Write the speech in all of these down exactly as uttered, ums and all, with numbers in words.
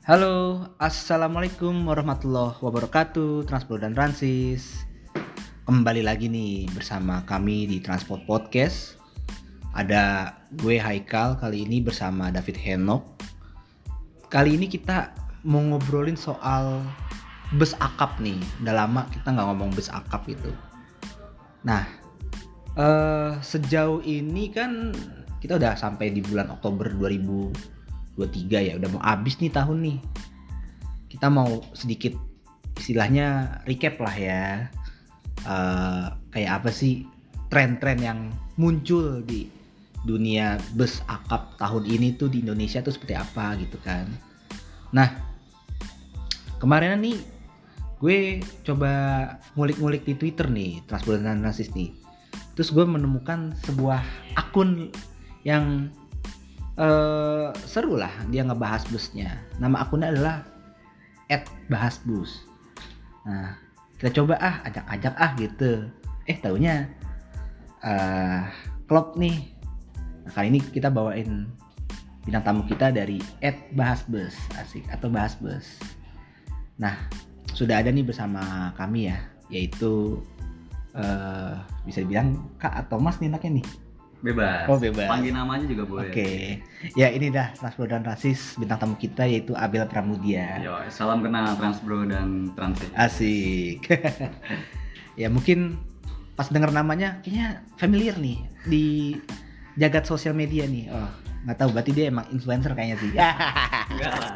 Halo, assalamualaikum warahmatullahi wabarakatuh, Transport dan Transis. Kembali lagi nih bersama kami di Transport Podcast. Ada gue Haikal kali ini bersama David Henok. Kali ini kita mau ngobrolin soal bus akap nih. Udah lama kita nggak ngomong bus akap itu. Nah, eh, sejauh ini kan kita udah sampai di bulan Oktober dua ribu dua puluh tiga ya, udah mau habis nih tahun nih. Kita mau sedikit istilahnya recap lah ya, uh, kayak apa sih tren-tren yang muncul di dunia bus akap tahun ini tuh di Indonesia tuh seperti apa gitu kan. Nah, kemarin nih gue coba ngulik-ngulik di Twitter nih, Transport dan Transis nih. Terus gue menemukan sebuah akun yang Uh, seru lah, dia ngebahas busnya. Nama akunnya adalah et bahas bus. Nah, kita coba ah ajak-ajak ah gitu. Eh taunya uh, klop nih. Nah, kali ini kita bawain bintang tamu kita dari et bahas bus, asik, atau bahas bus. Nah, sudah ada nih bersama kami ya, yaitu uh, bisa dibilang Kak atau Mas nih enaknya nih. Bebas. Oh bebas. Panggil namanya juga boleh. Oke. Okay. Ya ini dah Transbro dan Transis, bintang tamu kita yaitu Abel Pramudia. Yo, salam kenal Transbro dan Transis. Asik. Ya mungkin pas denger namanya kayaknya familiar nih di jagat sosial media nih. Oh nggak tahu, berarti dia emang influencer kayaknya sih. Enggak lah.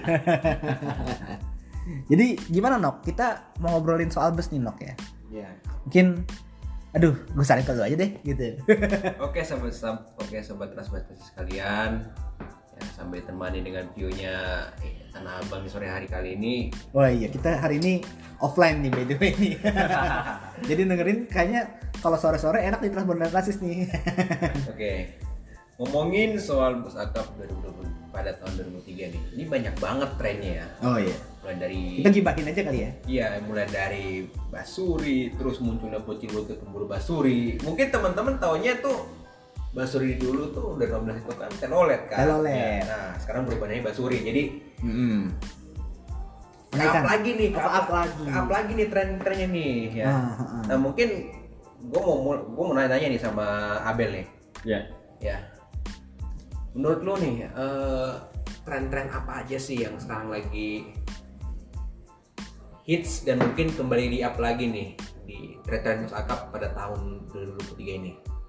Jadi gimana Nok? Kita mau ngobrolin soal bus nih Nok ya. Iya. Mungkin aduh, gue saling dulu aja deh gitu. Oke sobat oke sobat Transport sekalian, ya, sambil temani dengan view-nya eh, Tanah Abang sore hari kali ini. Oh iya, kita hari ini offline nih by the way nih. Jadi dengerin kayaknya kalau sore-sore enak di Transport dan Transis nih. Oke, ngomongin soal bus akap dua ribu dua puluh pada tahun dua ribu tiga nih, ini banyak banget trennya ya. Oh iya. Mulai dari kita gibahin aja kali ya. Iya, mulai dari Basuri, terus munculnya bocil-bocil pemburu Basuri. Mungkin teman-teman taunya tuh Basuri dulu tuh udah nominasi itu kan telolet kan. Telolet. Nah, sekarang berubah namanya Basuri. Jadi, mm-hmm. Up lagi nih, up, up lagi. Up lagi nih tren-trennya nih ya. Ah, ah, ah. Nah, mungkin gue mau gue mau nanya nih sama Abel nih. Ya. Ya. Menurut lo nih, uh, tren-tren apa aja sih yang sekarang lagi hits dan mungkin kembali di up lagi nih di tren-tren bus akap pada tahun dua ribu dua puluh tiga ini?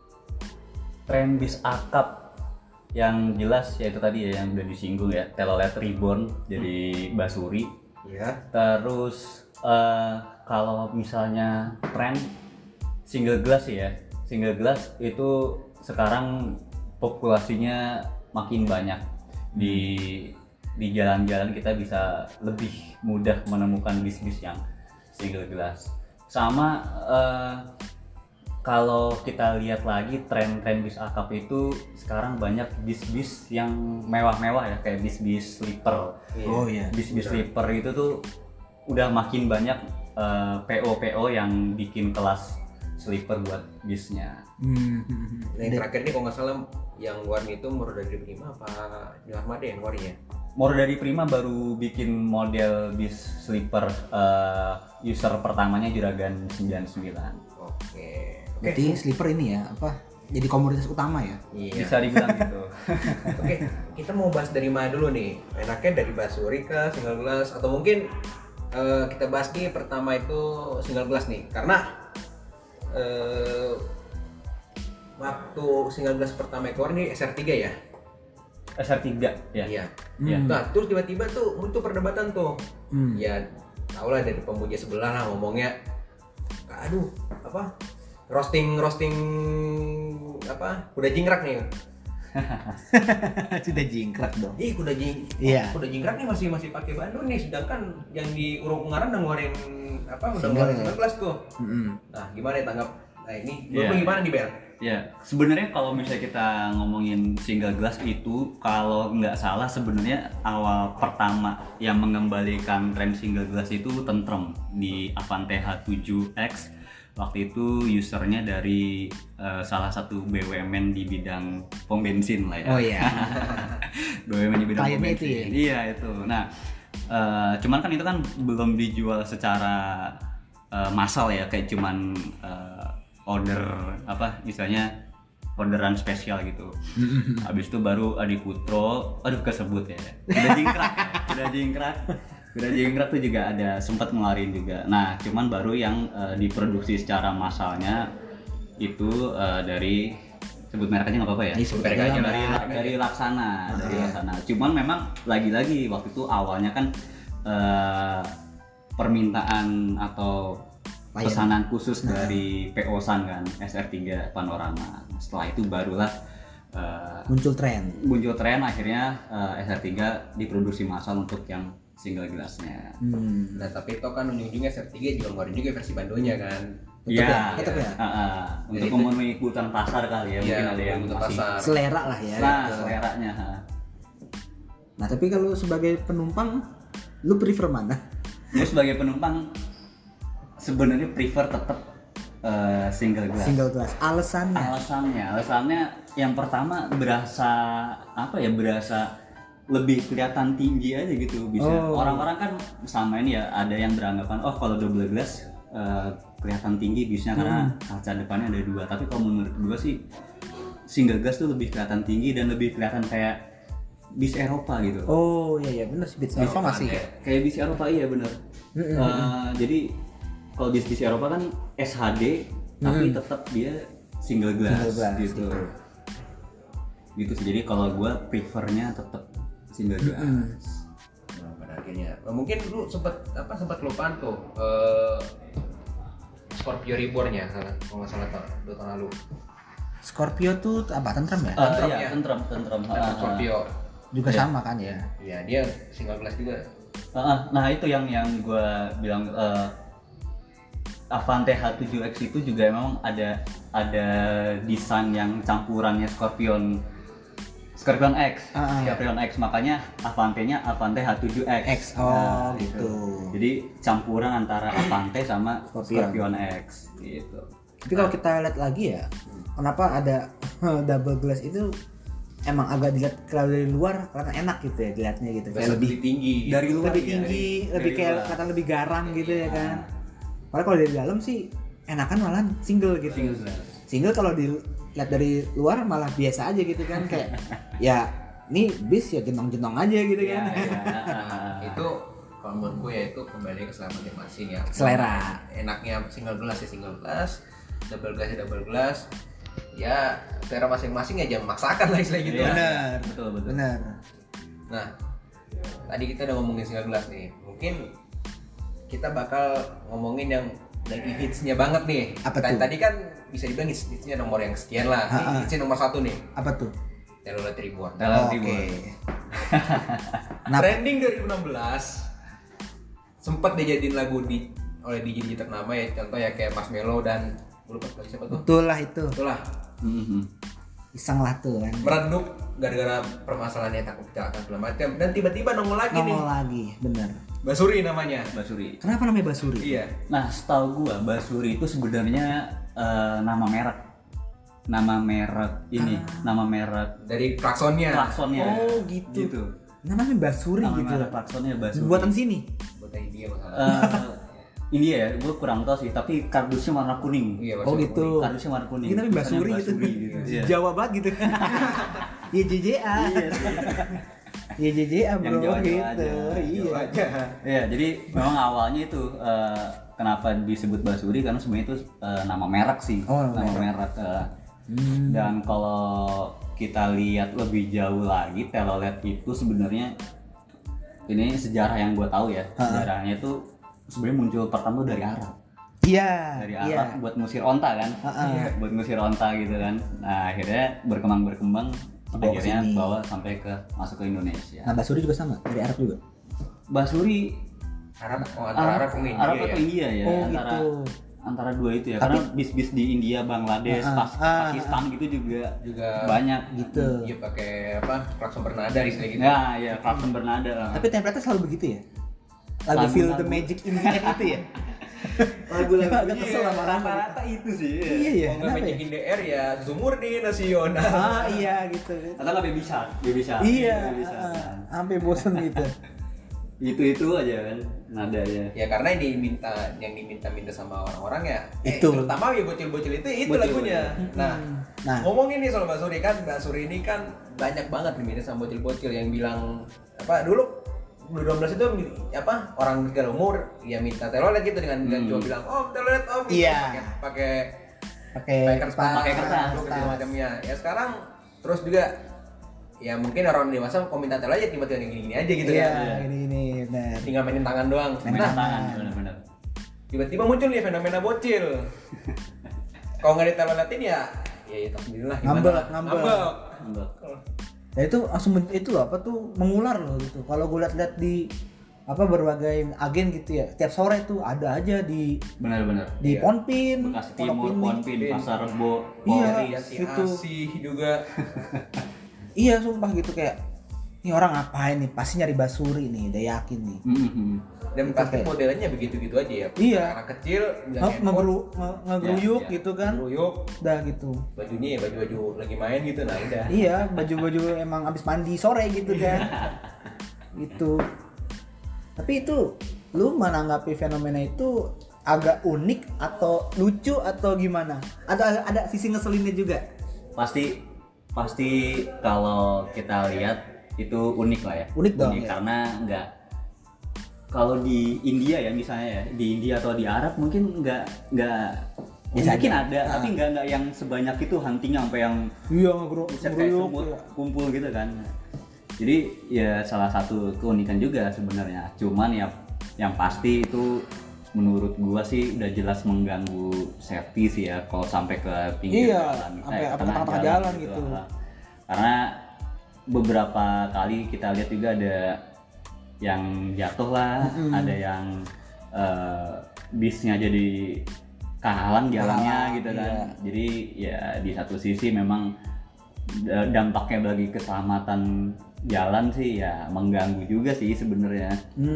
Tren bis akap yang jelas ya itu tadi ya yang udah disinggung ya, telolet reborn jadi Basuri. Ya. Terus uh, kalau misalnya tren single glass ya, single glass itu sekarang populasinya makin banyak di di jalan-jalan, kita bisa lebih mudah menemukan bis-bis yang single glass. Sama uh, kalau kita lihat lagi tren-tren bis akap itu sekarang banyak bis-bis yang mewah-mewah ya, kayak bis-bis sleeper. Oh iya. Bis-bis sleeper itu tuh udah makin banyak uh, P O P O yang bikin kelas sleeper buat bisnya. Hmm. Nah, yang terakhir nih kalau nggak salah yang warni itu Moro dari Prima apa Nilamade yang warninya? Moro dari Prima baru bikin model bis sleeper, uh, user pertamanya Juragan sembilan puluh sembilan. Oke. Berarti sleeper ini ya apa? Jadi komoditas utama ya? Iya. Bisa dibilang gitu. Oke, kita mau bahas dari mana dulu nih? Enaknya dari Basuri ke single glass atau mungkin uh, kita bahas nih pertama itu single glass nih, karena uh, waktu single glass pertama keluar nih S R tiga ya? S R tiga ya. Iya. Iya. Hmm. Nah, terus tiba-tiba tuh muncul perdebatan tuh. Hmm. Ya, tau lah dari pemuja sebelah lah ngomongnya. Aduh, apa? Roasting roasting apa? Kuda jingkrak nih. Sudah jingkrak dong. Ih, kuda jing. Iya. Kuda jingkrak nih masih masih pakai bandul nih, sedangkan yang di Urung Ungaran udah ngeluarin apa? Udah Single. ngeluarin single glass tuh. Mm-hmm. Nah, gimana ya tanggap? Nah, ini Iya. menurut lu gimana nih, Bel? Ya, sebenarnya kalau misalnya kita ngomongin single glass itu, kalau nggak salah sebenarnya awal pertama yang mengembalikan tren single glass itu Tentrem di Avante H tujuh X. Waktu itu usernya dari uh, salah satu B U M N di bidang pom bensin lah ya. Oh iya. B U M N di bidang pom Kliennya itu bensin. ya? Iya itu. Nah, Uh, cuman kan itu kan belum dijual secara uh, massal ya, kayak cuman uh, order apa istilahnya orderan spesial gitu. Habis itu baru Adi Putro, aduh kesebut ya. Udah jingkrak, udah jingkrak. Udah jingkrak tuh juga ada sempat ngeluarin juga. Nah, cuman baru yang uh, diproduksi secara massalnya itu uh, dari sebut mereknya nggak apa-apa ya? Sebut dari, aja dari, lah. dari Laksana, Ah, dari iya. Laksana. Cuman memang lagi-lagi waktu itu awalnya kan uh, permintaan atau Layan. pesanan khusus dari P O S A N kan, S R tiga Panorama. Setelah itu barulah uh, Muncul tren. muncul tren akhirnya uh, S R tiga diproduksi massal untuk yang single glassnya. Hmm. Nah tapi itu kan ujung-ujungnya S R tiga juga ngeluarin juga versi bandonya kan. Tetep Iya, ya? Tetep ya? uh, uh, untuk Jadi- memenuhi kebutuhan pasar kali ya, Iya, mungkin ada yang kebutuhan masih pasar. Selera lah ya. nah gitu. seleranya. ha. Nah tapi kalau sebagai penumpang, lu prefer mana? Gue sebagai penumpang sebenarnya prefer tetap uh, single glass. Single glass. Alasannya? Alasannya, alasannya yang pertama berasa apa ya, berasa lebih kelihatan tinggi aja gitu bisa. Oh. Orang-orang kan sama ini ya, ada yang beranggapan oh kalau double glass uh, kelihatan tinggi bisnya karena kaca depannya ada dua. Tapi kalau menurut gue sih single glass tuh lebih kelihatan tinggi dan lebih kelihatan kayak bis Eropa gitu. Oh iya iya benar sih. Beats Eropa masih. ya. Kayak bis Eropa iya bener. Mm-mm. Uh, jadi kalau bis bis Eropa kan S H D tapi tetap dia single glass, Single glass, gitu. gitu. Gitu sih. Jadi kalau gue prefernya tetap single glass. Mm-mm. Nah, pada akhirnya nah, mungkin dulu sempat apa sempat kelupaan tuh eh, Scorpio Reborn-nya salah kalau nggak salah tahun- dua tahun lalu. Scorpio tuh apa? Tentram ya? Uh, Tentram iya, ya? tentram, tentram. Nah, Ah, ah. Scorpio. Juga Iya. sama kan ya? Iya dia single glass juga. Ah, ah. Nah itu yang yang gue bilang uh, Avante H tujuh X itu juga memang ada ada desain yang campurannya Scorpion Scorpion X, Ah, ah. Scorpion X, makanya Avante-nya Avante H tujuh X. X, oh, gitu. Jadi campuran antara Avante sama Scorpion. Scorpion X gitu. Tapi kalau kita lihat lagi ya, kenapa ada double glass itu emang agak dilihat kalau dari luar karena enak gitu ya dilihatnya gitu. Kayak Berasa lebih lebih tinggi. Dari luar lebih iya, tinggi, dari- lebih dari kayak luar. kata lebih garang gitu ya kan. Ah. Padahal kalau dari dalam sih enakan malah single gitu. Single glass. Single kalau dilihat dari luar malah biasa aja gitu kan kayak ya ini bis ya jentong-jentong aja gitu Iya, kan. iya. Ah. Itu kalau menurut gue ya itu kembali ke selera masing-masing ya. Selera. Enaknya single glass ya single glass, double glass ya double glass. Ya selera masing-masing ya jangan memaksakan lah istilah gitu. Iya, Benar. Betul betul. Benar. Nah, tadi kita udah ngomongin single glass nih. Mungkin kita bakal ngomongin yang lagi hitsnya banget nih. Apa tadi, tuh? tadi kan bisa dibilang hits hitsnya nomor yang sekian lah. Ini Ha-ha. hitsnya nomor satu nih. Apa tuh? Telolet Ribuan. Dalam Oke. timur. Nah, Trending dua ribu enam belas sempat dijadiin lagu di oleh D J D J ternama ya, contoh ya kayak Marshmello dan gue lupa lagi siapa tuh. betul lah itu. Itulah Mhm. Iseng lah tuh kan. meredup gara-gara permasalahannya takut kecelakaan segala macam dan tiba-tiba nongol lagi nih. Nongol lagi, bener. Basuri namanya. Basuri. Kenapa namanya Basuri? Iya. Nah, setahu gua Basuri itu sebenarnya eh, nama merek. Nama merek ini, nama merek Dari klaksonnya. klaksonnya. Oh, gitu. Gitu. Namanya Basuri Nama gitu. merek klaksonnya Basuri. Buatan sini. Buat India masalah. Eh, ini ya, gua kurang tahu sih, tapi kardusnya warna kuning. Iya, Oh Basuri gitu. kuning. Kardusnya warna kuning. Ini namanya Tulisannya Basuri gitu. gitu. Iya. Jawa banget gitu. Ya J J A. Iya sih. Ya J J A Yang bro Jawa-Jawa gitu. aja. Iya. Jawa aja. Iya, jadi memang awalnya itu eh, kenapa disebut Basuri karena sebenarnya itu eh, nama merek sih. Oh, nama nama merek. merek. eh. Hmm. Dan kalau kita lihat lebih jauh lagi, telolet itu sebenarnya ini sejarah yang gue tahu ya. Ha-ha. Sejarahnya itu sebenarnya muncul pertama dari Arab. Iya. Dari Iya. Arab buat ngusir onta kan. Ha-ha. Buat ngusir onta gitu kan. Nah, akhirnya berkembang-berkembang Dibawa ke akhirnya sini. bawa sampai ke masuk ke Indonesia. Nah Basuri juga sama dari Arab juga. Basuri Arab, oh, antara Arab sama India Arab ya. atau India ya, Oh, antara gitu. antara dua itu ya. Tapi- Karena bis-bis di India, Bangladesh, Ah, Pas- ah, Pakistan gitu juga Juga banyak. Gitu. Dia pakai apa? Klakson bernada istilah gitu. Ya, ya, klakson bernada. Tapi template selalu begitu ya. Lagu Feel the Lagu-lagu. Magic in the Air itu ya. Lagu-lagu agak kesel Iya, sama Rama. rata-rata itu sih. Iya ya. Kalau nggak Kenapa Magic ya? in the Air ya Zumurdi Nasional. Ah iya gitu. Atau nggak Baby Shark, Baby Shark. Iya. Baby Shark. ah, Sampai bosen gitu. itu-itu aja kan nadanya. Ya karena yang diminta yang diminta-minta sama orang-orang ya Itu. eh, terutama ya bocil-bocil itu itu Bocil, lagunya. Nah, Nah. ngomongin nih soal Mbak Suri kan, Mbak Suri ini kan banyak banget diminta sama bocil-bocil yang bilang apa dulu dua ribu dua belas itu apa orang segala umur ya minta telolet gitu dengan dengan Hmm. cuma bilang oh telolet om gitu, Iya. pakai pakai pakai kertas pakai kertas. gitu macamnya. Ya sekarang terus juga ya mungkin orang dewasa kalau minta telolet ya tiba-tiba gini-gini aja gitu Iya, ya. gini-gini benar. Tinggal mainin tangan doang. Main Nah, tangan benar-benar. tiba-tiba muncul nih fenomena bocil. Kalau nggak diteloletin ya ya itu alhamdulillah gimana? Ngambek, ngambek. Enggak. Ya itu langsung men- itu loh, apa tuh mengular loh gitu. Kalau gue lihat-lihat di apa berbagai agen gitu ya, tiap sore tuh ada aja di Benar-benar. di Iya. Ponpin, Bekasi Pondok Timur, Ini. Ponpin, Pasar Rebo, Iya. Polri. Ya si Itu. Asih juga. Iya sumpah gitu kayak ini orang ngapain nih, pasti nyari basuri nih, udah yakin nih. Mhm. Dan Itu pasti kayak- modelnya begitu-gitu aja ya. Iya. Anak kecil Nge- ngegeru- nge- ngegeruyuk Iya, iya. gitu kan, Ruyuk, udah gitu. bajunya ya baju-baju lagi main gitu nah udah. Iya, baju-baju emang abis mandi sore gitu kan. Gitu. Tapi itu lu menanggapi fenomena itu agak unik atau lucu atau gimana? Ada ada sisi ngeselinnya juga. Pasti pasti kalau kita lihat itu unik lah ya. Unik dong, ya. Karena nggak kalau di India ya misalnya ya, di India atau di Arab mungkin nggak nggak Bisa mungkin aja. ada Ah. tapi nggak nggak yang sebanyak itu huntingnya sampai yang Iya, ngegeru- bisa kayak ngeruyuk. semut ya. kumpul gitu kan. Jadi ya salah satu keunikan juga sebenarnya. Cuman ya yang pasti itu menurut gua sih udah jelas mengganggu safety sih ya kalau sampai ke pinggir Iya, jalan, sampai eh, apa, tengah-tengah jalan gitu. lah. Karena beberapa kali kita lihat juga ada yang jatuh lah, Mm-mm. ada yang eh, bisnya jadi kehalang jalannya Kehalang, gitu kan. iya. Jadi ya di satu sisi memang da- dampaknya bagi keselamatan jalan sih ya mengganggu juga sih sebenarnya.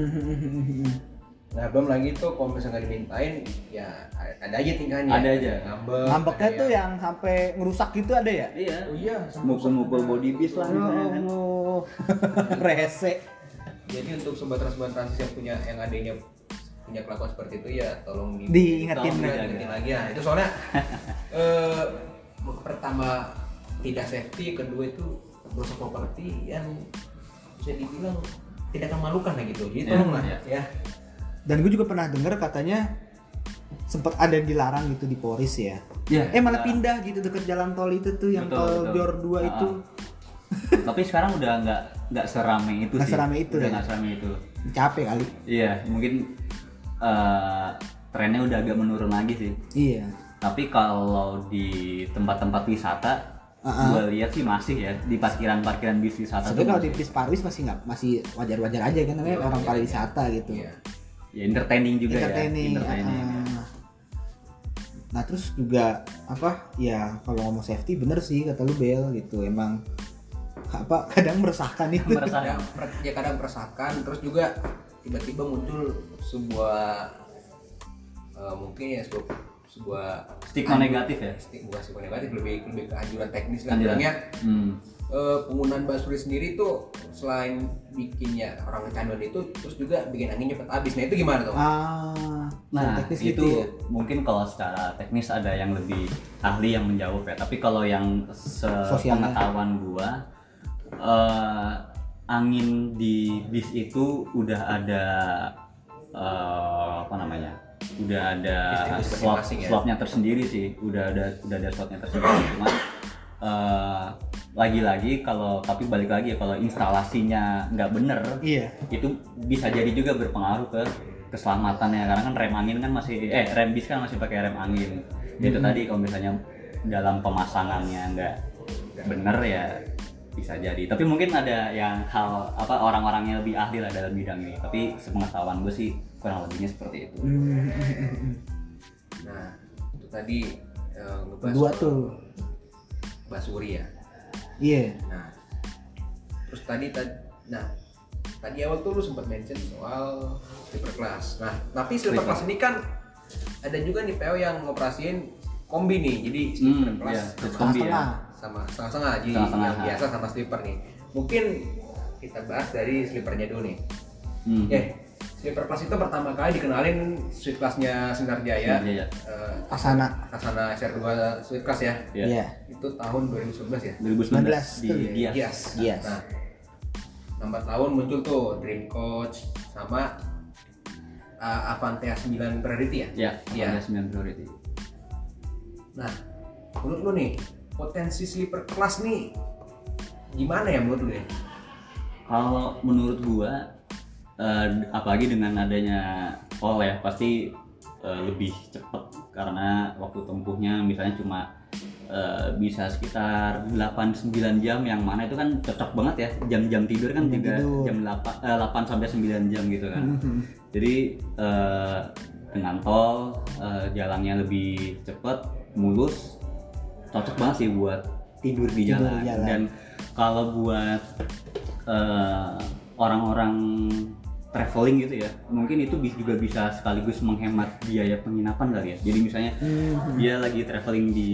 Nah belum lagi tuh kalau misalnya nggak dimintain ya ada aja tingkahnya. Ada aja. Ngambek. Ngambeknya ada tuh yang sampai ngerusak gitu ada ya? Iya. Oh iya. Mukul-mukul body bis lah misalnya kan. Oh, rese. Jadi untuk sobat-sobat transis yang punya yang adanya punya kelakuan seperti itu ya tolong di Diingetin tolong lagi. diingetin lagi ya. Itu soalnya eh, pertama tidak safety, kedua itu merusak properti yang bisa dibilang tidak memalukan lah gitu. Jadi Iya, tolonglah iya. ya. Dan gue juga pernah dengar katanya sempat ada yang dilarang gitu di Polres ya. Iya. Eh malah pindah gitu deket jalan tol itu tuh yang Betul, tol betul. Jor dua Ah, itu. Tapi sekarang udah nggak nggak serame itu Nggak sih. serame itu udah ya? nggak serame itu. Capek kali. Iya, mungkin eh, trennya udah agak menurun lagi sih. Iya. Tapi kalau di tempat-tempat wisata, Ah, gue lihat sih masih ya di parkiran-parkiran bis wisata tuh Sebenarnya kalau di masih. bis parwis masih nggak masih wajar-wajar aja kan namanya Iya, orang iya, pariwisata gitu. Iya. Ya entertaining juga Entertaining. ya. Entertaining. ah. Nah terus juga apa ya kalau ngomong safety bener sih kata lu Bel gitu emang apa kadang meresahkan itu. Meresahkan. Kadang, per- ya kadang peresakan terus juga tiba-tiba muncul sebuah eh, mungkin ya sebuah sebuah Stigma negatif ya. Stik- bukan stigma negatif lebih lebih ke anjuran teknis lah Anjuran. bilangnya. Hmm. Eh, penggunaan basuri sendiri tuh selain bikinnya orang kecanduan itu terus juga bikin angin cepet habis. Nah itu gimana tuh? Ah, Nah, teknis itu gitu ya. mungkin kalau secara teknis ada yang lebih ahli yang menjawab ya. Tapi kalau yang Sosialnya. sepengetahuan gua, eh, angin di bis itu udah ada eh, apa namanya? Udah ada Distribusi slot masing-masing ya? slotnya tersendiri sih. Udah ada udah ada slotnya tersendiri. Cuma eh, lagi-lagi kalau tapi balik lagi ya kalau instalasinya nggak bener Iya. itu bisa jadi juga berpengaruh ke keselamatannya karena kan rem angin kan masih eh rem bis kan masih pakai rem angin. Itu tadi kalau misalnya dalam pemasangannya nggak bener ya bisa jadi. Tapi mungkin ada yang hal apa orang-orang yang lebih ahli lah dalam bidang ini. Tapi sepengetahuan gue sih kurang lebihnya seperti itu. Nah itu tadi eh, ngebahas Dua soal tuh. basuri ya. Iya. Nah terus tadi tadi nah tadi awal tuh lu sempat mention soal sleeper class. Nah tapi sleeper Sleeper. class ini kan ada juga nih P O yang ngoperasiin kombi nih. Jadi sleeper Hmm, class iya, sama- kombi ya. Setengah. sama setengah-setengah jadi Setengah-setengah. yang biasa sama sleeper nih. Mungkin kita bahas dari sleepernya dulu nih. Hmm. Eh, sleeper class itu pertama kali dikenalin suite classnya Sinar Jaya. Iya, iya. Eh, Asana. Asana S R dua suite class ya. Iya. Iya. Itu tahun dua ribu sebelas ya. dua ribu sembilan belas di Tuh. Gias. Gias. Gias. Nah, lambat tahun muncul tuh Dream Coach sama uh, Avantea sembilan Priority ya. Iya, Iya. ada sembilan priority. Nah, menurut lu nih, potensi sleeper class nih gimana ya menurut lu nih? Kalau menurut gua, eh, apalagi dengan adanya O L ya, pasti eh, lebih cepat karena waktu tempuhnya misalnya cuma eh, bisa sekitar delapan sembilan jam, yang mana itu kan cocok banget ya, jam-jam tidur kan Jam juga tidur. jam delapan, eh, delapan sampai sembilan jam gitu kan. Mhm. Jadi eh, dengan tol eh, jalannya lebih cepat, mulus, cocok banget sih buat tidur di Tidur jalan. di jalan. Dan kalau buat eh, orang-orang traveling gitu ya, mungkin itu bi- juga bisa sekaligus menghemat biaya penginapan kali ya. Jadi misalnya Mhm. dia lagi traveling di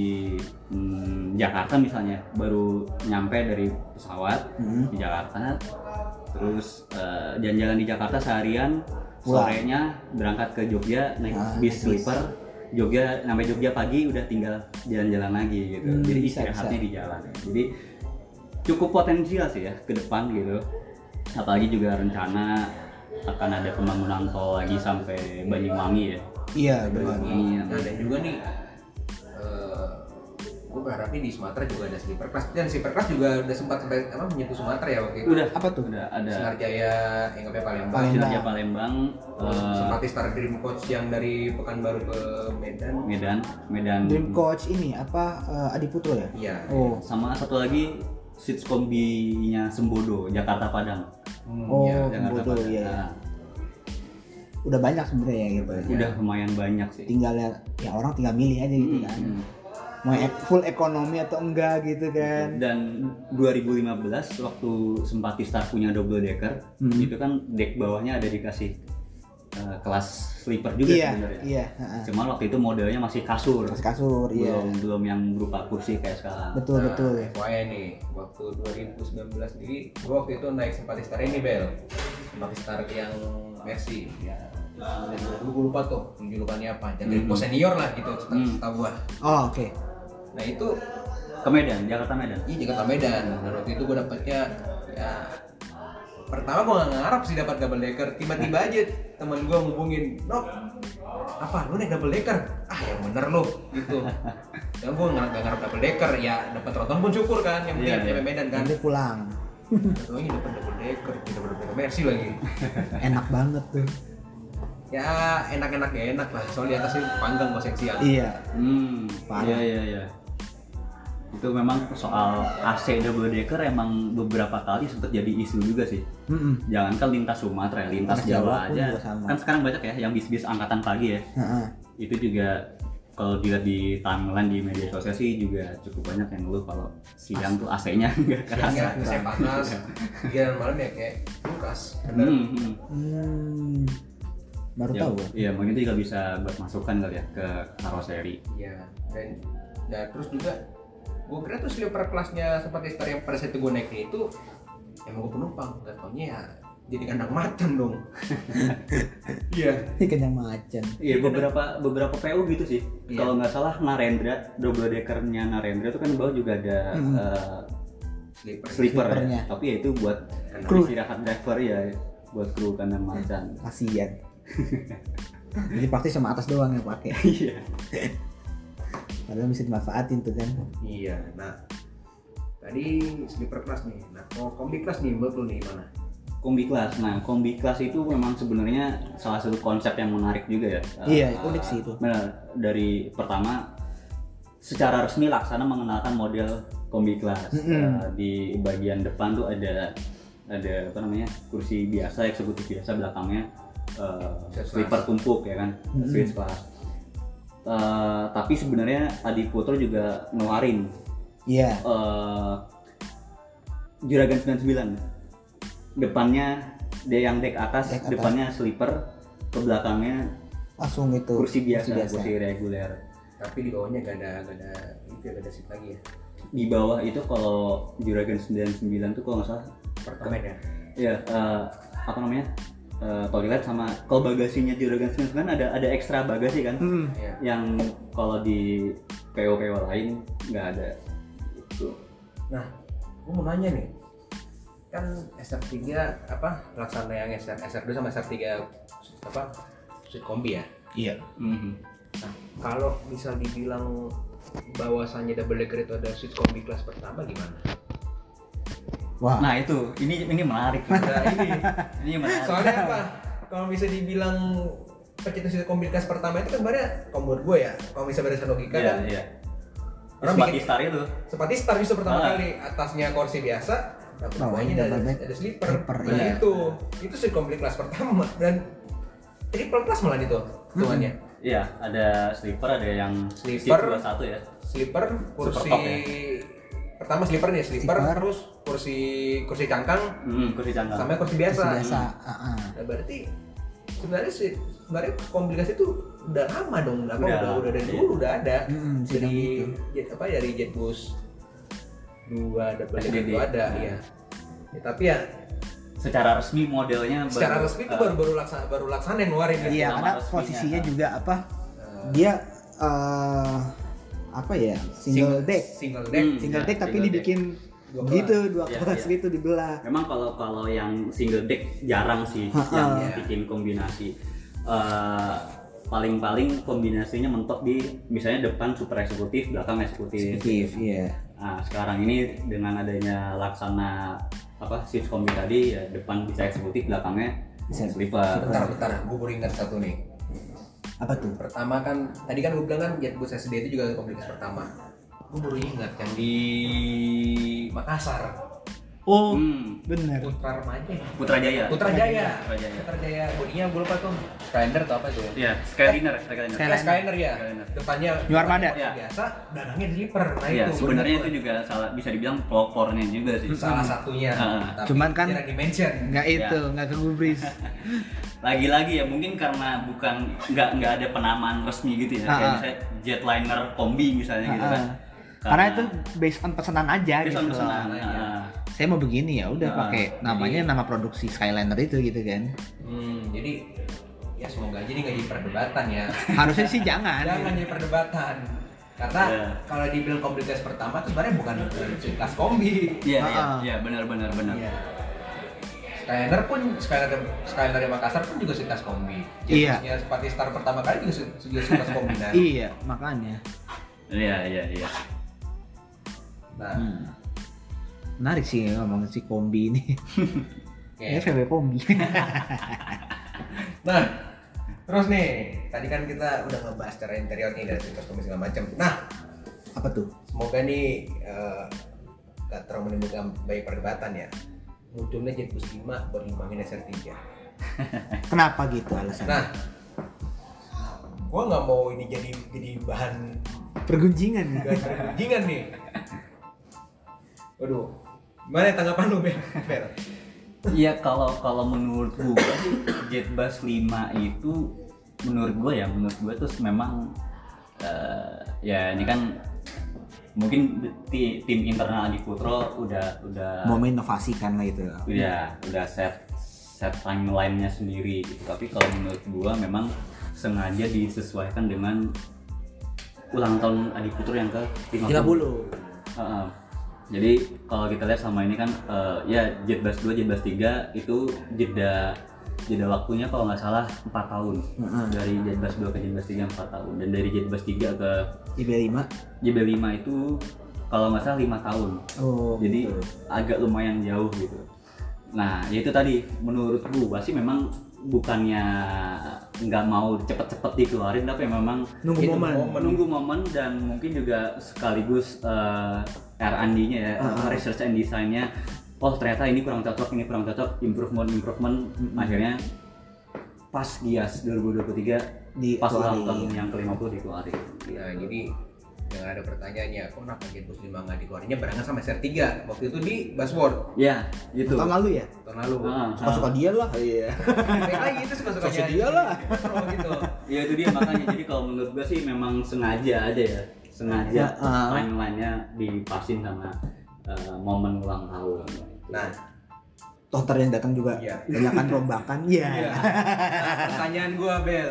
mm, Jakarta misalnya, baru nyampe dari pesawat Mhm. di Jakarta, terus eh, jalan-jalan di Jakarta seharian, Pulang. sorenya berangkat ke Jogja naik Ah, bis naik bis. sleeper, Jogja sampai Jogja pagi udah tinggal jalan-jalan lagi gitu. Hmm, Jadi bisa, istirahatnya bisa. di jalan. Jadi cukup potensial sih ya ke depan gitu. Apalagi juga rencana akan ada pembangunan tol lagi sampai Banyuwangi ya. Iya benar. Iya. Nah, dan juga nih, uh, gue berharapnya di Sumatera juga ada sleeper class, dan sleeper class juga udah sempat sampai apa menyentuh Sumatera ya waktu itu. Udah Apa tuh? Udah ada Sinar Jaya yang sampai Palembang. Palembang. Sinarja Palembang, eh, Seperti Star Dream Coach yang dari Pekanbaru ke Medan. Medan, Medan. Dream Coach ini apa eh, Adi Putro ya? Iya. Oh. Sama satu lagi seats kombinya Sembodo, Jakarta Padang. Hmm, Oh, iya. Jakarta Sembodo, Padang. iya, iya. Nah, Udah banyak sebenarnya ya gitu. udah lumayan banyak sih. Tinggal ya, ya orang tinggal milih aja gitu kan. Hmm. Mau ek- full ekonomi atau enggak gitu kan. Dan dua ribu lima belas waktu Simpati Star punya double decker, Hmm. itu kan deck bawahnya ada dikasih eh, kelas sleeper juga Iya, sebenarnya. iya, heeh. Cuman waktu itu modelnya masih kasur, Terus kasur, iya. belum belum yang berupa kursi kayak sekarang. Betul, Nah, betul. F Y I nih, waktu dua ribu sembilan belas sendiri, gue waktu itu naik Simpati Star ini Bel, Simpati Star yang Mercy. Ya, gue lupa tuh julukannya apa, jadi Hmm. senior lah gitu, Hmm. setahu gua. Oh, oke. Nah itu, Ke Medan, Jakarta Medan. iya Jakarta Medan. Dan waktu itu gue dapetnya, ya pertama gue gak ngarap sih dapat double decker. Tiba-tiba aja temen gue ngubungin, Dok, apa lu naik double decker? Ah yang bener lu, gitu. Dan gue nggak nggak ngarap double decker, ya dapat tronton pun syukur kan, yang penting Iya, nyampe iya. Medan kan. Nanti pulang. Oh ini dapat double decker, kita double decker Mercy lagi. Enak banget tuh. Ya enak-enak ya enak lah, soalnya di atasnya panggang pas yang siang. Iya. Hmm, Parah. iya iya iya. Itu memang soal A C double decker emang beberapa kali sempat jadi isu juga sih. Mm-mm. Jangankan lintas Sumatera, ya, lintas Lintas Jawa Jawa pun aja. juga sama. Kan sekarang banyak ya yang bis-bis angkatan pagi ya. Heeh. Itu juga kalau dilihat di timeline di media sosial sih juga cukup banyak yang ngeluh kalau siang tuh A C-nya nggak kerasa. Siangnya saya panas, dia malam ya kayak kulkas. Bener. Hmm, hmm. Hmm. Baru Ya, tahu. gua. iya, mungkin itu juga bisa buat masukan kali ya ke karoseri. Iya, dan dan terus juga gue kira tuh sleeper kelasnya seperti Star yang pada saat itu gue naik itu emang gue penumpang, gak taunya ya jadi kandang macan dong. Iya. Kenyang macan. Iya, beberapa beberapa P U gitu sih. Iya. Kalau nggak salah Narendra, double deckernya Narendra itu kan di bawah juga ada Hmm. eh, Sleeper. sleeper Sleepernya. ya. Tapi ya itu buat Kru. istirahat driver ya, buat kru kandang macan. Kasian. Jadi praktis sama atas doang yang pakai. Iya. Padahal bisa dimanfaatin tuh kan. Iya. Nah, tadi sleeper kelas nih. Nah, kalau kombi kelas nih, menurut lu nih gimana? Kombi kelas. Nah, kombi kelas itu memang sebenarnya salah satu konsep yang menarik juga ya. Iya, Eh, unik sih itu. Benar. Dari pertama secara resmi Laksana mengenalkan model kombi kelas. Mm-mm. Eh, di bagian depan tuh ada ada apa namanya kursi biasa, eksekutif biasa, belakangnya eh, Suite sleeper class. tumpuk ya kan, Mm-mm. suite class. Eh, tapi sebenarnya Adi Putro juga ngeluarin Iya. eh, Juragan sembilan puluh sembilan. Depannya dia yang deck atas, Deck atas. depannya sleeper, ke belakangnya Langsung itu. kursi biasa, kursi, reguler. Tapi di bawahnya gak ada gak ada itu ya, gak ada seat lagi ya. Di bawah itu kalau Juragan sembilan puluh sembilan tuh kalau nggak salah, Apartemen ya. ya eh, apa namanya uh, kalau dilihat sama kalau bagasinya Juragan sembilan puluh sembilan ada ada ekstra bagasi kan, Hmm. yang kalau di P O P O lain nggak ada. Gitu. Nah, gue mau nanya nih, kan S R tiga apa laksana yang S R, S R dua sama S R tiga apa suite kombi ya? Iya. Mm-hmm. Nah, kalau misal dibilang bahwasannya double decker itu ada suite kombi kelas pertama gimana? Wah. Nah itu, ini ini menarik. Nah, ini Ini menarik. soalnya apa? Kalau bisa dibilang pecinta suite kombi kelas pertama itu kan sebenarnya kalau menurut gue ya, kalau bisa berdasarkan logika Iya, kan iya. orang Seperti bikin- Star itu. seperti Star justru pertama Ah. kali, atasnya kursi biasa, nah Bawahnya bawahnya ada, double bed. ada sleeper. Sleeper, Nah, iya. itu itu suite kombi kelas pertama dan triple kelas malah itu hitungannya. Iya, ada sleeper, ada yang Sleeper. seat dua puluh satu ya. Sleeper kursi top ya? pertama sleeper nih sleeper, Sleeper. terus kursi kursi cangkang Hmm, kursi cangkang. sama kursi biasa. Biasa. biasa. Uh-uh. Nah, berarti sebenarnya sih sebenarnya komplikasi itu udah lama dong, apa Udah, udah udah dari iya. dulu udah ada. Mm-mm, dari sidang gitu. jet apa dari Jetbus dua double S D D. decker itu ada Nah. ya. Ya, tapi ya Secara resmi modelnya secara baru- resmi itu uh, baru baru laksana baru laksana yang ngeluarin ya. Iya, nama karena resminya. posisinya juga apa? Eh, Dia eh apa ya? Single deck. single deck Hmm. Single Iya, deck tapi single dibikin Dua gitu dua Iya, kelas iya. gitu dibelah. Memang kalau kalau yang single deck jarang sih Ha-ha. yang Iya. bikin kombinasi. Eh, paling-paling kombinasinya mentok di misalnya depan super eksekutif, belakang eksekutif. Eksekutif, iya. Nah, sekarang ini dengan adanya laksana apa switch kombi tadi ya depan bisa eksekutif, belakangnya Bisa. sleeper. bentar bentar gue baru ingat satu nih. Apa tuh? Pertama kan tadi kan gue bilang kan Jetbus S D itu juga komplikasi pertama. Gue baru ingat yang di Makassar, Oh, Hmm, benar. Putra Remaja ya? Putra Jaya. Putra Jaya. Putra Jaya. Putra Jaya. Bodinya gue lupa tuh. Skylander atau apa itu ya? Iya, Skyliner, Skyliner. Skyline. Eh, Skylander ya. Skylainer. Depannya New Armada. depannya biasa, belakangnya sleeper. Nah Iya, itu. sebenarnya bener itu tuh. juga salah bisa dibilang pelopornya juga sih. salah satunya. Ah. Tapi Cuman kan- jarang dimention. Nggak itu, nggak kegubris. Lagi-lagi ya mungkin karena bukan nggak nggak ada penamaan resmi gitu ya, kayak Ah, ah. misalnya jetliner kombi misalnya gitu kan. Ah, Karena itu based on pesanan aja based gitu on loh. pesanan, Iya. ah. Saya mau begini ya udah Ah, pakai namanya nama produksi Skyliner itu gitu kan. Hmm, jadi ya semoga aja ini nggak jadi perdebatan ya. Harusnya sih jangan. Jangan jadi perdebatan. Karena Iya. kalau dibilang komplikasi pertama itu sebenarnya bukan kelas kombi. Iya, iya, Ah, ah. iya, benar benar benar. Iya. Skylander pun Skylander Skylander di Makassar pun juga sekelas kombi. Iya. Jetbusnya Spati Star pertama kali juga se- juga sekelas kombi. Nah, Iya, makanya. Iya, iya, iya. nah Hmm. Menarik sih ngomongin si kombi ini. oke. Ini V W kombi. Nah, terus nih, tadi kan kita udah ngebahas cara interior nih dari kostum segala macam. Nah, Apa tuh? semoga nih eh, gak terlalu menimbulkan banyak perdebatan ya. Munculnya Jetbus lima buat ngembangin S R tiga. Kenapa gitu alasannya? Nah, gua nggak mau ini jadi jadi bahan Pergunjingan nih. bahan perbincangan nih. Waduh, gimana tanggapan lu, Ben? Ben? Iya, kalau kalau menurut gua sih Jetbus lima itu menurut gua ya, menurut gua tuh memang eh, ya ini kan mungkin ti- tim internal Adi Putro udah udah Mau menginovasikan lah itu. ya udah set set timelinenya sendiri gitu. Tapi kalau menurut gua memang sengaja disesuaikan dengan ulang tahun Adi Putro yang ke tiga puluh. Heeh. Jadi kalau kita lihat sama ini kan eh, ya Jetbus dua, Jetbus tiga itu jeda jeda waktunya kalau nggak salah empat tahun. Heeh. Dari Jetbus dua ke Jetbus tiga empat tahun, dan dari Jetbus tiga ke I B lima. J B lima itu kalau nggak salah lima tahun. Oh. Jadi gitu. agak lumayan jauh gitu. Nah, ya itu tadi menurut gua sih memang bukannya nggak mau cepet-cepet dikeluarin, tapi memang Nunggu itu momen. menunggu momen dan mungkin juga sekaligus eh, R and D-nya ya, Ah. research and design-nya. Oh ternyata ini kurang cocok, ini kurang cocok, improvement improvement akhirnya pas Gias dua ribu dua puluh tiga pas ulang Dikeluarin. tahun yang ke lima puluh dikeluarin. Nah, jadi jangan ada pertanyaannya, kok kenapa Jetbus lima nggak dikeluarinnya barengan sama S R tiga? Waktu itu di Buzzword Ya, gitu. Tahun lalu ya? tahun lalu. Ah, Suka-suka dia lah. Iya. Kayak lagi itu suka-suka Suka-suka dia lah. Oh, gitu. Ya itu dia makanya, jadi kalau menurut gua sih memang sengaja aja ya, sengaja Ya, uh. timeline-nya dipasin sama uh, momen ulang tahun. Nah, Toter yang datang juga Iya. banyakan rombakan. Iya. Iya. Nah, pertanyaan gua Bel.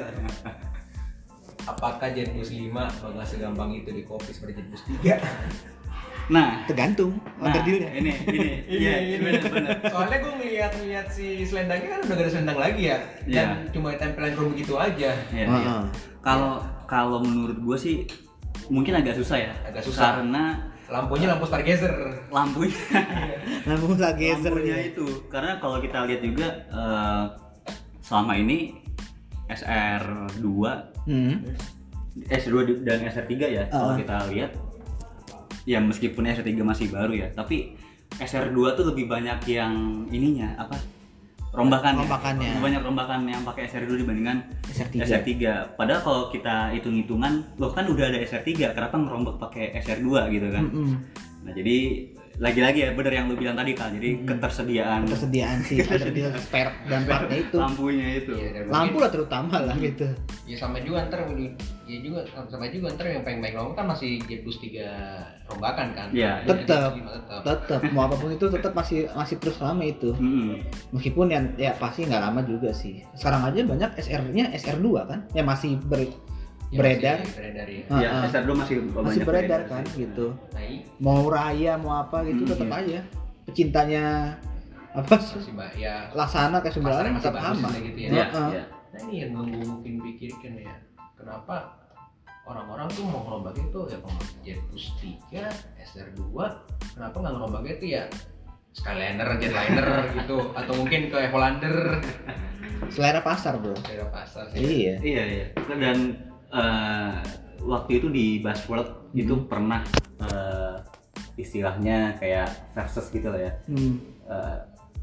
Apakah Jetbus lima bakal segampang itu di copy seperti Jetbus tiga? Nah, Tergantung nah order dealnya. ini ini iya benar-benar. Soalnya gua ngeliat-ngeliat si selendangnya kan udah gak ada selendang lagi ya. Dan Iya. cuma tempelan rom begitu aja. Iya, Heeh. iya. Kalau kalau menurut gue sih mungkin agak susah ya. Agak susah. Karena Lampunya lampu stargazer. lampunya Lampu lagezer lampunya ya. itu. Karena kalau kita lihat juga eh, selama ini S R dua, Hmm. S R dua dan S R tiga ya, kalau Uh. kita lihat ya meskipun S R tiga masih baru ya, tapi S R dua tuh lebih banyak yang ininya apa? Rombakan. Rombakannya. Lebih banyak rombakan yang pakai S R dua dibandingkan S R tiga. S R tiga. Padahal kalau kita hitung-hitungan, loh kan udah ada S R tiga, kenapa ngerombak pakai S R dua gitu kan? Mm-mm. Nah jadi lagi-lagi ya bener yang lu bilang tadi kan, jadi ketersediaan Ketersediaan sih order deal spare dan partnya itu. lampunya itu. Iya, dan Lampu mungkin- lah terutama lah gitu. Ya sama juga ntar ya juga sama juga ntar yang pengen-pengen rombak kan masih Jetbus tiga rombakan kan. Iya, Jadi tetap. Jetbus lima tetap. Tetap mau apapun itu tetap masih masih terus lama itu. Mm-mm. Meskipun yang ya pasti nggak lama juga sih. Sekarang aja banyak S R-nya S R dua kan yang masih ber, Ya, beredar. masih beredar ya. Ah, Ya, ah. S R dua masih masih banyak beredar beredar kan sih. gitu. Nah, i- Mau raya mau apa gitu Hmm, tetap iya. aja. Pecintanya apa sih? masih mbak ya. Laksana kayak Pasarnya sembarang masih tetap bagus aman. lah gitu ya. Iya, Heeh. iya. Nah ini yang gue mungkin pikirkan ya, kenapa orang-orang tuh mau ngerombak itu ya kalau Jetbus tiga, S R dua, kenapa nggak ngerombaknya itu ya Skyliner, Jetliner gitu, atau mungkin ke Evolunder, Selera pasar bro. daerah pasar sih. Iya. Iya, iya. Dan eh, waktu itu di Buzzworld Hmm. itu pernah eh, istilahnya kayak versus gitu lah ya. Hmm. Eh,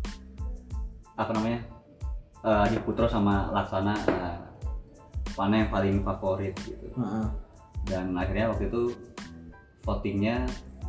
apa namanya? Eh, Adi Putro sama Laksana eh, mana yang paling favorit gitu. Heeh. Dan akhirnya waktu itu votingnya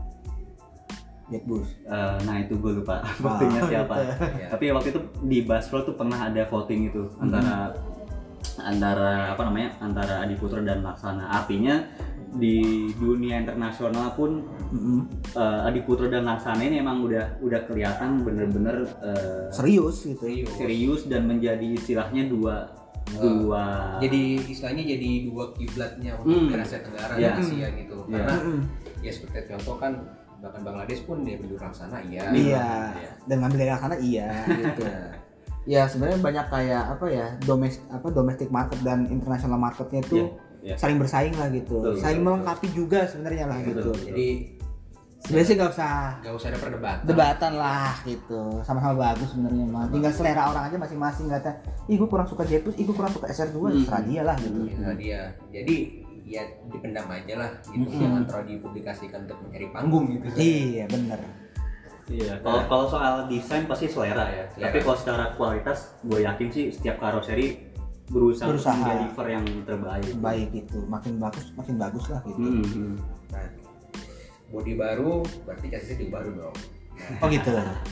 Jetbus. eh, nah itu gue lupa votingnya siapa. Iya. Tapi waktu itu di Buzzworld tuh pernah ada voting itu antara antara apa namanya antara Adi Putra dan Laksana. Artinya di dunia internasional pun Mm-mm. eh, Adi Putra dan Laksana ini emang udah udah kelihatan bener-bener eh, Serius gitu. Serius. serius dan menjadi istilahnya dua dua Jadi istilahnya jadi dua kiblatnya untuk Hmm. Asia Tenggara Iya. dan Asia gitu. Iya. Karena Mm-mm. ya seperti contoh kan bahkan Bangladesh pun dia penduduk sana iya. Iya. Iya. Dan ngambil dari sana iya gitu. Nah, Ya sebenarnya banyak kayak apa ya domestik apa domestic market dan international marketnya itu Iya, iya. saling bersaing lah gitu, Betul, saling betul, melengkapi juga sebenarnya lah Betul, gitu. betul. jadi Sebenarnya sih nggak usah nggak usah ada perdebatan. debatan lah gitu, sama-sama bagus sebenarnya mah. Tinggal selera orang aja masing-masing kata, ih gue kurang suka Jetbus, ih gue kurang suka S R dua, Hmm. terserah dia lah gitu. Nah, dia. Jadi ya dipendam aja lah gitu, Mm-mm. jangan terlalu dipublikasikan untuk mencari panggung gitu. Iya bener. Iya, kalau kalau soal desain pasti selera ya. Selera. Tapi kalau secara kualitas, gue yakin sih setiap karoseri berusaha, Berusaha. untuk deliver yang terbaik. Baik gitu, makin bagus makin bagus lah gitu. Hmm, hmm. Nah, bodi baru berarti chassis juga baru dong. Nah, Oh gitu.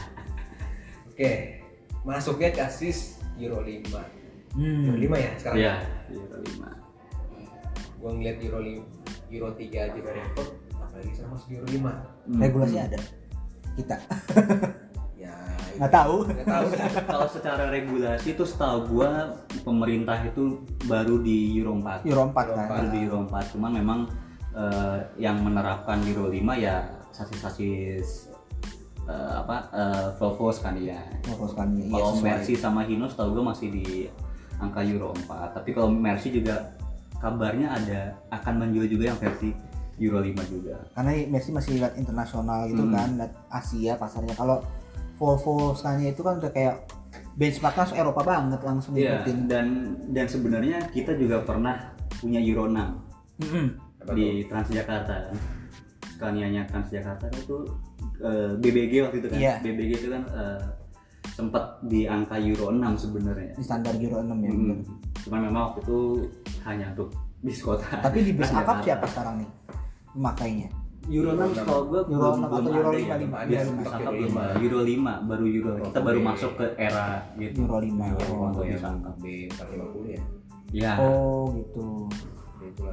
oke, masuknya chassis Euro lima. Euro Hmm. lima ya sekarang. Iya, Euro lima. Gua ngeliat Euro lima, Euro tiga aja udah repot, apalagi sama masuk Euro lima. Hmm, Regulasi hmm. ada. Kita Ya, nggak tahu. nggak tahu. Kalau secara regulasi itu setahu gua pemerintah itu baru di Euro empat. Euro empat kan. Baru di Euro empat, cuman memang eh, yang menerapkan Euro lima ya sasis-sasis eh, apa eh, Volvo Scania. Fokus kami. Iya, Kalau sesuai. Mercy sama Hino setahu gue masih di angka Euro empat. Tapi kalau Mercy juga kabarnya ada akan menjual juga yang versi Euro lima juga. Karena Messi masih lihat internasional gitu Hmm. kan, lihat Asia pasarnya. Kalau Volvo Scania itu kan udah kayak benchmarknya langsung Eropa banget langsung Iya, ngikutin. dan dan sebenarnya kita juga pernah punya Euro enam Mm-mm. Apa di Transjakarta kan. Scania-nya Transjakarta itu eh, B B G waktu itu kan. Iya. B B G itu kan eh, sempat di angka Euro enam sebenarnya. Di standar Euro enam ya. Hmm. bener. Cuman memang waktu itu hanya untuk bis kota. Tapi di bis akap Transjakarta. siapa sekarang nih pemakainya? Euro enam setahu gue Euro belum, enam belum atau Euro ada lima, ya. lima, Bis lima. akap belum ada. Euro lima baru Euro kita baru Oke. masuk ke era gitu. Euro lima. Euro Oh, untuk ya, bis akap. B empat ratus lima puluh ya. Ya. Oh gitu. Ya itulah.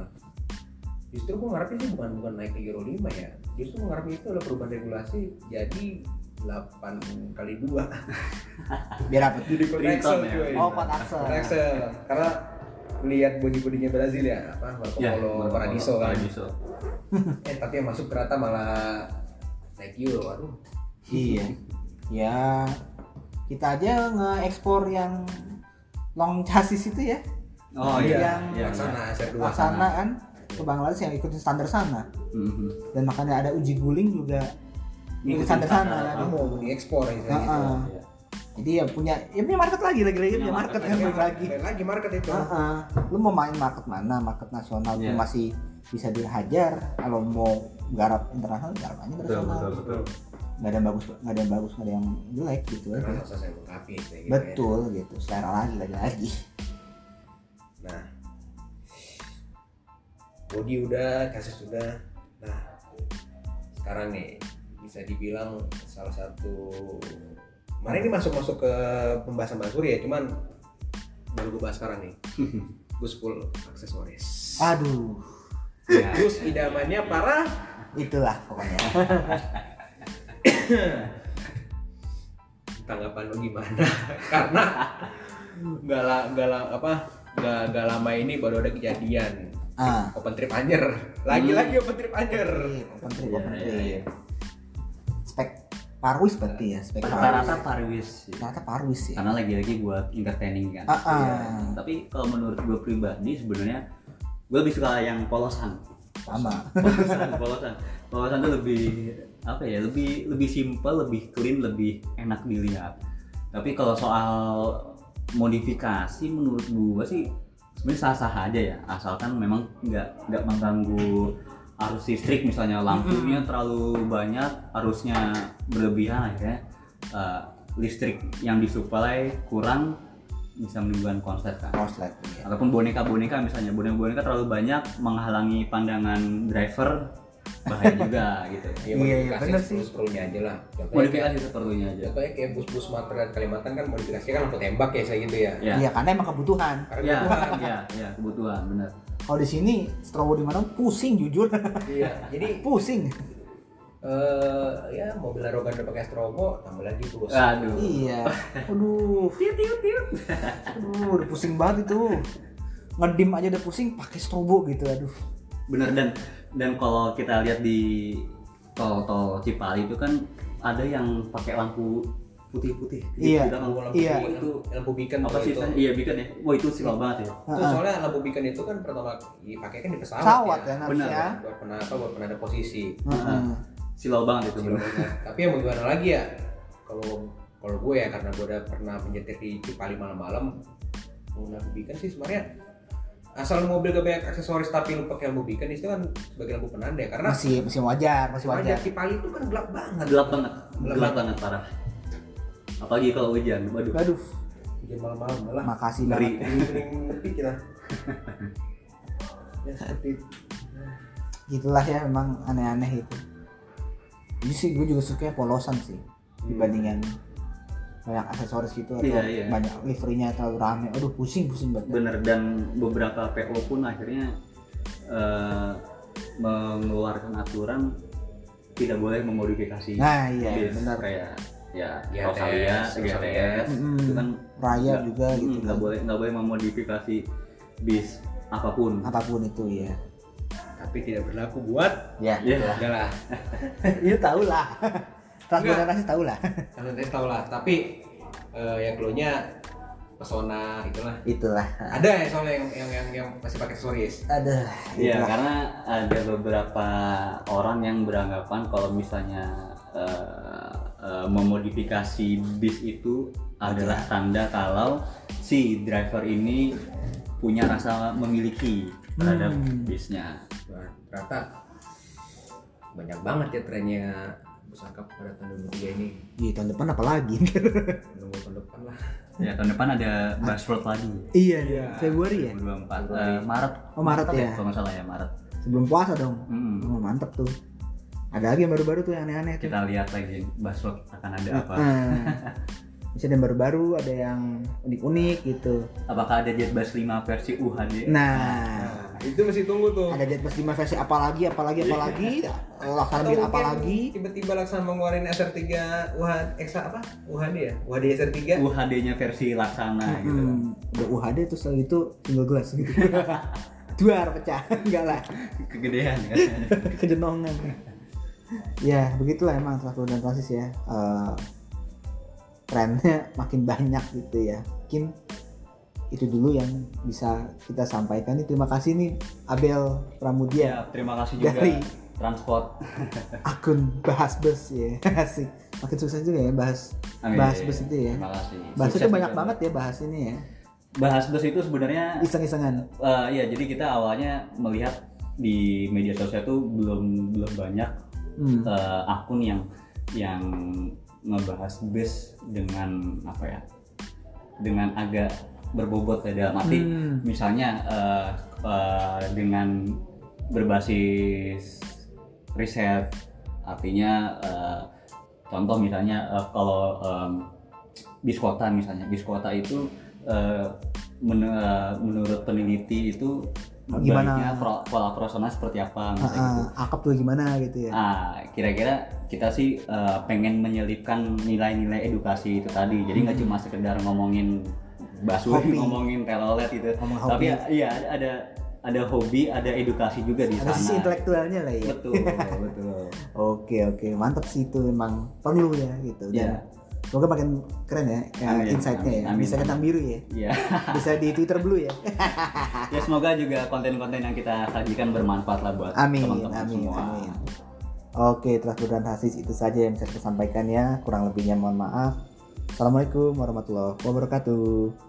Justru gue ngarepin sih bukan bukan naik ke Euro lima ya. Justru gue ngarepin itu adalah perubahan regulasi. Jadi delapan kali dua. Biar apa? Jadi quad axel ya? cuy. Oh, quad axel. Quad axel. Karena lihat body-bodinya Brazil ya, apa Marco Ya, Polo Marco Paradiso Polo kan. Paradiso. Eh tapi yang masuk ternyata malah Nike Euro, aduh. Iya. Ya kita aja nge-ekspor yang long chassis itu ya. Oh Yang iya, iya, Laksana iya. S R dua. Laksana kan ke Bangladesh yang ikutin standar sana. Mhm. Dan makanya ada uji guling juga Ngikutin ikutin standar sana standar. kan. Dia mau diekspor ya gitu. Heeh. Iya. Jadi ya punya ya punya market lagi lagi lagi Punya punya market market kan Lagi, balik lagi. balik lagi market itu. Heeh. Lu mau main market mana? Market nasional Iya. tuh masih bisa dihajar. Kalau mau garap internasional garap aja Betul, internasional. betul, betul. Nggak ada yang bagus, nggak ada yang bagus, nggak ada yang jelek gitu aja. Karena rasa saya mengkapi kayak gitu. Betul gitu, selera lagi lagi lagi. Ya. Nah, body udah, chassis udah. Nah, sekarang nih bisa dibilang salah satu. Mana ini masuk-masuk ke pembahasan Mas Suri ya, cuman baru gue bahas sekarang nih. Gus full aksesoris. Aduh, Ya. Gus idamannya para itulah pokoknya. tanggapan lu gimana? Karena nggak lah nggak lah apa nggak nggak lama ini baru ada kejadian Ah, open trip anjir lagi-lagi open trip anjir. open trip, Iya, open iya, trip. iya. Spek Parwis berarti ya, spek Parwis. Rata-rata Parwis sih. Ternyata Parwis ya. Karena lagi-lagi buat entertaining kan. Ah, ah. Iya. Tapi kalau menurut gue pribadi sebenarnya gue lebih suka yang polosan. Sama. Polosan, polosan. Polosan tuh lebih apa ya? Lebih lebih simple, lebih clean, lebih enak dilihat. Tapi kalau soal modifikasi menurut gue sih sebenarnya sah-sah aja ya, asalkan memang nggak nggak mengganggu arus listrik, misalnya lampunya terlalu banyak, arusnya berlebihan, akhirnya uh, listrik yang disuplai kurang, bisa menimbulkan konslet kan. Konslet ya. Ataupun boneka-boneka, misalnya boneka-boneka terlalu banyak menghalangi pandangan driver, bahaya juga gitu. Ya, Iya, modifikasi bener sih. seperlunya aja lah. Contohnya Modifikasi kayak, seperlunya aja. contohnya kayak bus-bus Sumatera Kalimantan kan modifikasinya kan lampu tembak ya saya gitu ya. Ya, Iya, karena emang kebutuhan. Karena ya, kebutuhan. ya, ya, kebutuhan benar. Kalau di sini strobo di mana pusing jujur. Iya, jadi Pusing. eh ya mobil arogan udah pakai strobo, tambah lagi bus. Aduh. Iya. Aduh. Tiut tiut tiut. Aduh, udah pusing banget itu. Ngedim aja udah pusing pakai strobo gitu. Aduh. Bener, dan dan kalau kita lihat di tol tol Cipali itu kan ada yang pakai lampu putih-putih. Iya, Kita Lampu, lampu, Iya. lampu, itu lampu beacon apa tuh sih? itu. Iya, beacon ya. Wah, itu silau banget ya. Itu soalnya lampu beacon itu kan pertama dipakai kan di pesawat, Pesawat ya, ya. harusnya. Benar. Buat penata, buat penanda posisi. Heeh. Silau banget itu. Silau bener. banget. Tapi ya mau gimana lagi ya? Kalau kalau gue ya karena gue udah pernah menyetir di Cipali malam-malam, menggunakan lampu beacon sih sebenarnya asal mobil gak banyak aksesoris tapi lu pakai lampu beacon itu kan sebagai lampu penanda ya, karena Masih masih wajar, masih wajar. Cipali itu kan gelap banget. Gelap banget. Gelap Gelap banget parah. Apalagi kalau hujan. Waduh. Aduh, Hujan malam-malam malah makasih Ngeri. banget. kuning-kuning ngetik kita. Ya seperti itu. Gitulah ya, memang aneh-aneh itu. Jadi sih gue juga suka polosan sih dibandingkan banyak aksesoris gitu atau Iya, iya. banyak liverynya terlalu rame. Aduh, pusing-pusing banget. Bener, dan beberapa P O pun akhirnya eh, mengeluarkan aturan tidak boleh memodifikasi. Nah, iya, bis. benar. Kayak ya G T S, Rosalia, G T S, Mm-mm. itu kan Raya nggak- juga mm, gitu nggak kan. boleh nggak boleh memodifikasi bis apapun. Apapun itu ya. Tapi tidak berlaku buat Ya, Iya. itulah. enggak lah. Itu tahu lah. Transportasi tahu lah. Kalian tes tau lah, tapi eh, yang keluarnya pesona itulah. Itulah. Ada ya soalnya yang yang yang, yang masih pakai aksesoris. Ada. Iya, itulah. karena ada beberapa orang yang beranggapan kalau misalnya eh, eh, memodifikasi bis itu adalah tanda kalau si driver ini punya rasa memiliki terhadap Hmm. bisnya. Wah, ternyata banyak banget ya trennya bus akap pada tahun dua ribu tiga ini. Iya, tahun depan apa lagi? Nunggu tahun depan lah. Ya, tahun depan ada Busworld lagi. Iya, Iya. Februari ya. dua ribu dua puluh empat Februari. Eh, Maret. Oh, Maret ya. Kalau nggak salah ya Maret. Sebelum puasa dong. Hmm. Oh, mantep tuh. Ada lagi yang baru-baru tuh yang aneh-aneh tuh. Kita lihat lagi Busworld akan ada apa. Heeh. Bisa ada yang baru-baru, ada yang unik-unik gitu. Apakah ada Jet Bus lima versi U H D? Nah, Itu mesti tunggu tuh. Ada Dead Space lima versi apa lagi, apa lagi, apa lagi, Laksana Atau Bir apa mungkin lagi. tiba-tiba Laksana mau ngeluarin S R tiga U H Exa apa? U H D ya? U H D S R tiga. U H D-nya versi Laksana gitu. Hmm, udah U H D terus setelah itu single glass gitu. Duar pecah, enggak lah. Kegedean kan. Kejenongan. Ya, begitulah emang transfer dan transis ya. Uh, trennya makin banyak gitu ya. Mungkin itu dulu yang bisa kita sampaikan nih. Terima kasih nih Abel Pramudia. Ya, terima kasih juga Dari Transport. akun Bahas Bus ya. Asik. Makin sukses juga ya bahas Amin. Bahas Bus itu ya. Terima kasih. Bahas Sukses itu banyak juga. banget ya bahas ini ya. Bahas Bus itu sebenarnya Iseng-isengan. uh, ya jadi kita awalnya melihat di media sosial itu belum belum banyak Hmm. uh, akun yang yang ngebahas bus dengan apa ya? Dengan agak berbobot ya dalam arti Hmm. misalnya uh, uh, dengan berbasis riset, artinya uh, contoh misalnya uh, kalau um, bis kota misalnya bis kota itu uh, men- uh, menurut peneliti itu Gimana? baiknya pro- pola personal seperti apa misalnya gitu. Ah, akap tuh gimana gitu ya. Ah, kira-kira kita sih uh, pengen menyelipkan nilai-nilai edukasi itu tadi. Jadi nggak cuma sekedar ngomongin Hmm. basuri, Hobi. ngomongin telolet gitu. Ngomong Tapi hobi. iya ada, ada ada hobi, ada edukasi juga di Ada sana. sisi intelektualnya lah ya. Betul, betul. Oke oke mantap sih itu memang perlu ya gitu. Dan Iya. semoga makin keren ya, ya Amin, insight-nya ya. amin, amin, Bisa amin. kentang biru ya. Iya. Bisa di Twitter Blue ya. Ya semoga juga konten-konten yang kita sajikan bermanfaat lah buat Amin teman-teman amin semua. amin. Oke, Transfer dan Hasis itu saja yang bisa saya sampaikan ya. Kurang lebihnya mohon maaf. Assalamualaikum warahmatullahi wabarakatuh.